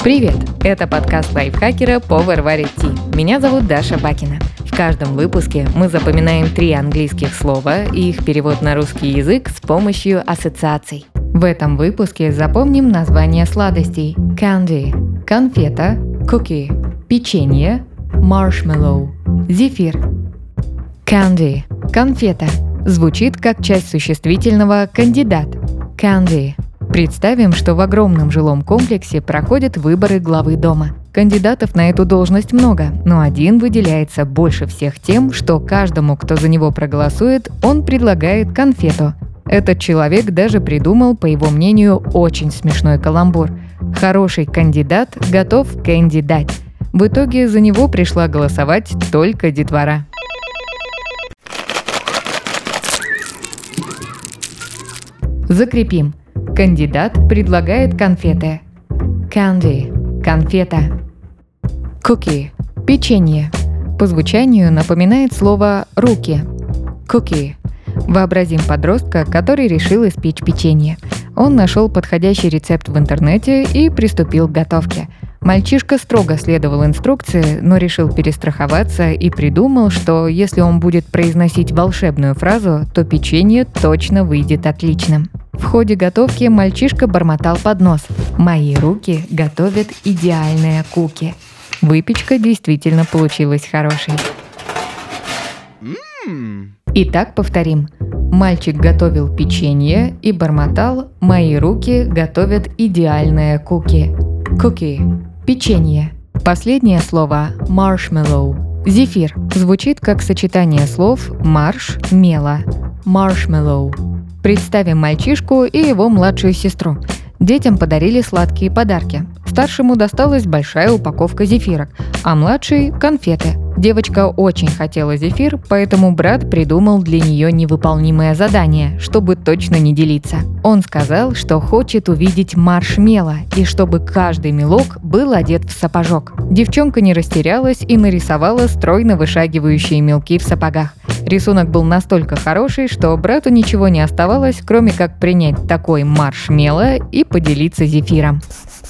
Привет! Это подкаст лайфхакера по Варваре Ти. Меня зовут Даша Бакина. В каждом выпуске мы запоминаем 3 английских слова и их перевод на русский язык с помощью ассоциаций. В этом выпуске запомним названия сладостей: candy – конфета, cookie – печенье, marshmallow – зефир. Candy – конфета. Звучит как часть существительного кандидат. Candy. Представим, что в огромном жилом комплексе проходят выборы главы дома. Кандидатов на эту должность много, но один выделяется больше всех тем, что каждому, кто за него проголосует, он предлагает конфету. Этот человек даже придумал, по его мнению, очень смешной каламбур. Хороший кандидат готов кэнди дать. В итоге за него пришла голосовать только детвора. Закрепим. Кандидат предлагает конфеты. Candy – конфета. Cookie – печенье. По звучанию напоминает слово «руки». Cookie. Вообразим подростка, который решил испечь печенье. Он нашел подходящий рецепт в интернете и приступил к готовке. Мальчишка строго следовал инструкции, но решил перестраховаться и придумал, что если он будет произносить волшебную фразу, то печенье точно выйдет отличным. В ходе готовки мальчишка бормотал под нос: «Мои руки готовят идеальные куки». Выпечка действительно получилась хорошей. Итак, повторим. Мальчик готовил печенье и бормотал: «Мои руки готовят идеальные куки». Cookie – печенье. Последнее слово – marshmallow – зефир. Звучит как сочетание слов марш, мело. Marshmallow. Представим мальчишку и его младшую сестру. Детям подарили сладкие подарки. Старшему досталась большая упаковка зефирок, а младшей – конфеты. Девочка очень хотела зефир, поэтому брат придумал для нее невыполнимое задание, чтобы точно не делиться. Он сказал, что хочет увидеть маршмелло и чтобы каждый мелок был одет в сапожок. Девчонка не растерялась и нарисовала стройно вышагивающие мелки в сапогах. Рисунок был настолько хороший, что брату ничего не оставалось, кроме как принять такой маршмелло и поделиться зефиром.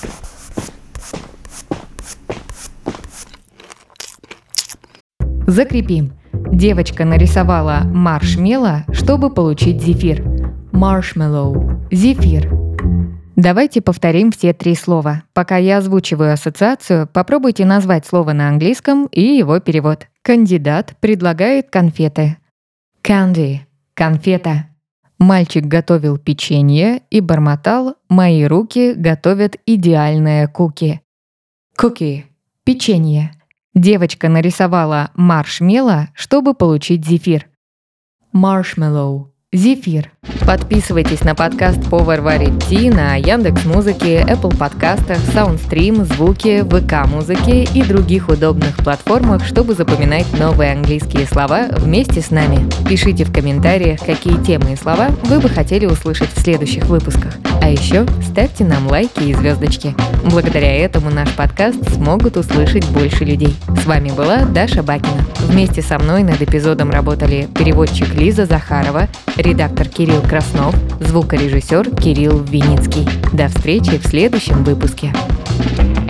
Закрепим. Девочка нарисовала маршмелло, чтобы получить зефир. Marshmallow – зефир. Давайте повторим все 3 слова. Пока я озвучиваю ассоциацию, попробуйте назвать слово на английском и его перевод. Кандидат предлагает конфеты. Candy – конфета. Мальчик готовил печенье и бормотал: «Мои руки готовят идеальные куки». Cookie – печенье. Девочка нарисовала маршмелло, чтобы получить зефир. Marshmallow – зефир. Подписывайтесь на подкаст по Варваре Ти на Яндекс.Музыке, Apple подкастах, Soundstream, Звуки, ВК-музыке и других удобных платформах, чтобы запоминать новые английские слова вместе с нами. Пишите в комментариях, какие темы и слова вы бы хотели услышать в следующих выпусках. А еще ставьте нам лайки и звездочки. Благодаря этому наш подкаст смогут услышать больше людей. С вами была Даша Бакина. Вместе со мной над эпизодом работали переводчик Лиза Захарова, редактор Кирилл Краснов, звукорежиссер Кирилл Виницкий. До встречи в следующем выпуске.